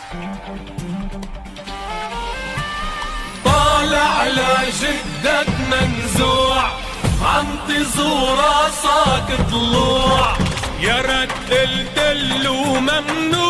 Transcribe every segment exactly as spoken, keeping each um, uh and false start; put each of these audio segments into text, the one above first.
طالع لجدك منزوع عنطزو راسك طلوع يا رد الدل وممنوع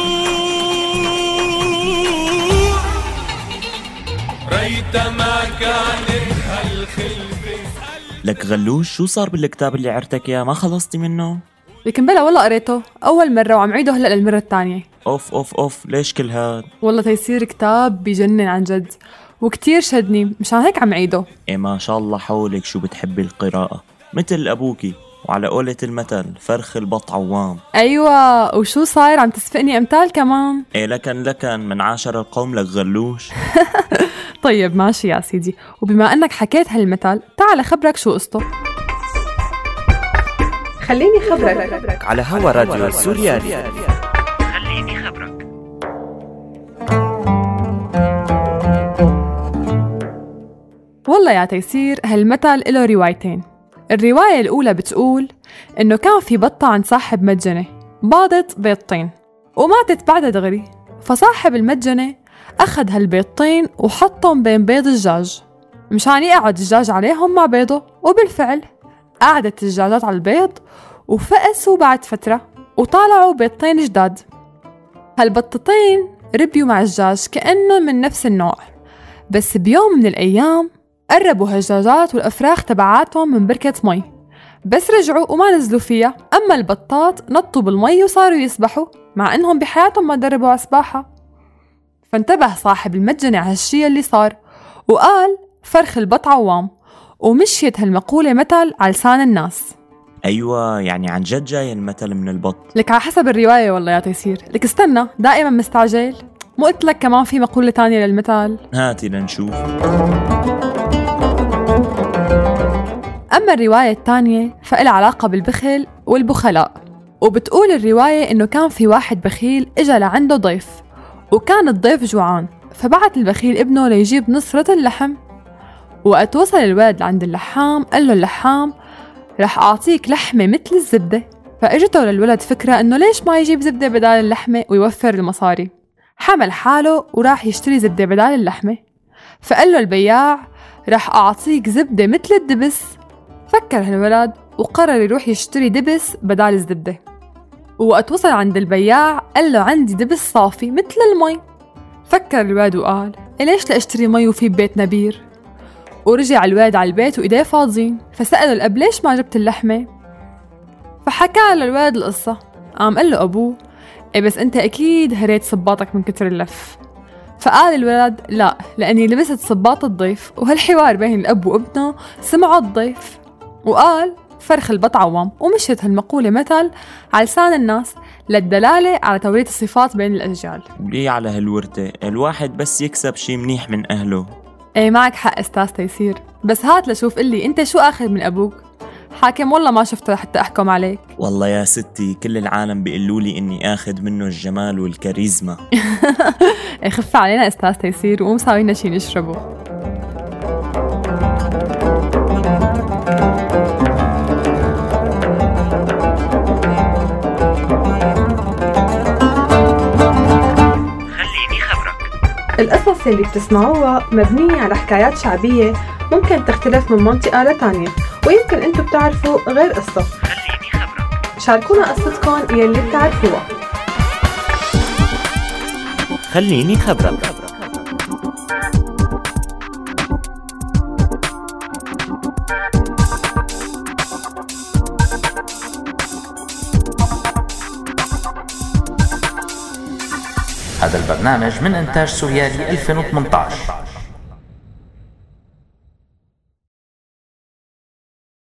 ريت ما كانت هالخلفة. لك غلوش، شو صار بالكتاب اللي عرتك يا ما خلصتي منه؟ لكن بلا والله قريته أول مرة وعم عيده هلأ للمرة الثانية. أوف أوف أوف، ليش كل هاد؟ والله تيسير كتاب بيجنن عن جد وكتير شدني، مشان هيك عم عيده. إيه ما شاء الله حولك شو بتحبي القراءة مثل أبوكي، وعلى قولة المثل فرخ البط عوام. أيوة، وشو صاير عم تسفقني أمثال كمان؟ إيه لكن لكن من عاشر القوم لك غلوش. طيب ماشي يا سيدي، وبما أنك حكيت هالمثل تعال خبرك شو قصته. خليني خبرك على هوا راديو سوريالي. خليني خبرك. والله يا تيسير هالمثل له روايتين. الرواية الأولى بتقول إنه كان في بطة عند صاحب متجنة باضت بيضتين وماتت بعدها دغري، فصاحب المتجنة أخذ هالبيضتين وحطهم بين بيض الدجاج مشان يقعد الدجاج عليهم مع بيضه، وبالفعل قعدت الدجاجات على البيض وفقسوا بعد فترة وطالعوا بيضتين جداد. هالبطتين ربيوا مع الدجاج كأنه من نفس النوع، بس بيوم من الأيام قربوا هالدجاجات والأفراخ تبعاتهم من بركة مي، بس رجعوا وما نزلوا فيها. أما البطات نطوا بالمي وصاروا يسبحوا مع إنهم بحياتهم ما دربوا على السباحة. فانتبه صاحب المتجنة على هالشي اللي صار وقال فرخ البط عوام، ومشيت هالمقولة مثل على لسان الناس. أيوة يعني عن جد جاي المثل من البط. لك على حسب الرواية والله يا تيسير. لك استنى، دائما مستعجل، مو قلت لك كمان في مقولة تانية للمثل؟ هاتي لنشوف. أما الرواية الثانية فإلها علاقة بالبخل والبخلاء، وبتقول الرواية إنه كان في واحد بخيل إجا لعنده ضيف، وكان الضيف جوعان، فبعت البخيل ابنه ليجيب نصرة اللحم. وقت وصل الولد لعند اللحام قال له اللحام رح أعطيك لحمة مثل الزبدة. فإجته للولد فكرة إنه ليش ما يجيب زبدة بدال اللحمة ويوفر المصاري. حمل حاله وراح يشتري زبدة بدال اللحمة، فقال له البياع رح أعطيك زبدة مثل الدبس. فكر هالولد وقرر يروح يشتري دبس بدال الزبدة. ووقت وصل عند البياع قال له عندي دبس صافي مثل المي. فكر الولد وقال ليش لأشتري مي وفي بيت نبير. ورجع الولد على البيت وإيديه فاضيين، فسأله الأب ليش ما جبت اللحمة. فحكى له الولد القصة. قام قال له أبوه إيه بس أنت أكيد هريت صباطك من كتر اللف. فقال الولد لا، لأني لبست صباط الضيف. وهالحوار بين الأب وابنه سمعه الضيف وقال فرخ البط عوام، ومشيت هالمقولة مثل على لسان الناس للدلالة على توريث الصفات بين الأجيال. وليه على هالورثة الواحد بس يكسب شي منيح من أهله. ايه معك حق استاذ تيسير، بس هات لشوف قلي انت شو آخذ من أبوك؟ حاكم والله ما شفته حتى أحكم عليك. والله يا ستي كل العالم بيقولولي إني آخذ منه الجمال والكاريزما. خف علينا استاذ تيسير وقوم ساوينا شي نشربه. خليني خبرك. القصص اللي بتسمعوها مبنية على حكايات شعبية ممكن تختلف من منطقة لتانية، ويمكن انتو بتعرفوا غير قصة. خليني خبرك. شاركونا قصتكم يلي بتعرفوها. خليني خبرك. هذا البرنامج من إنتاج سوريالي ألفين وثمانية عشر.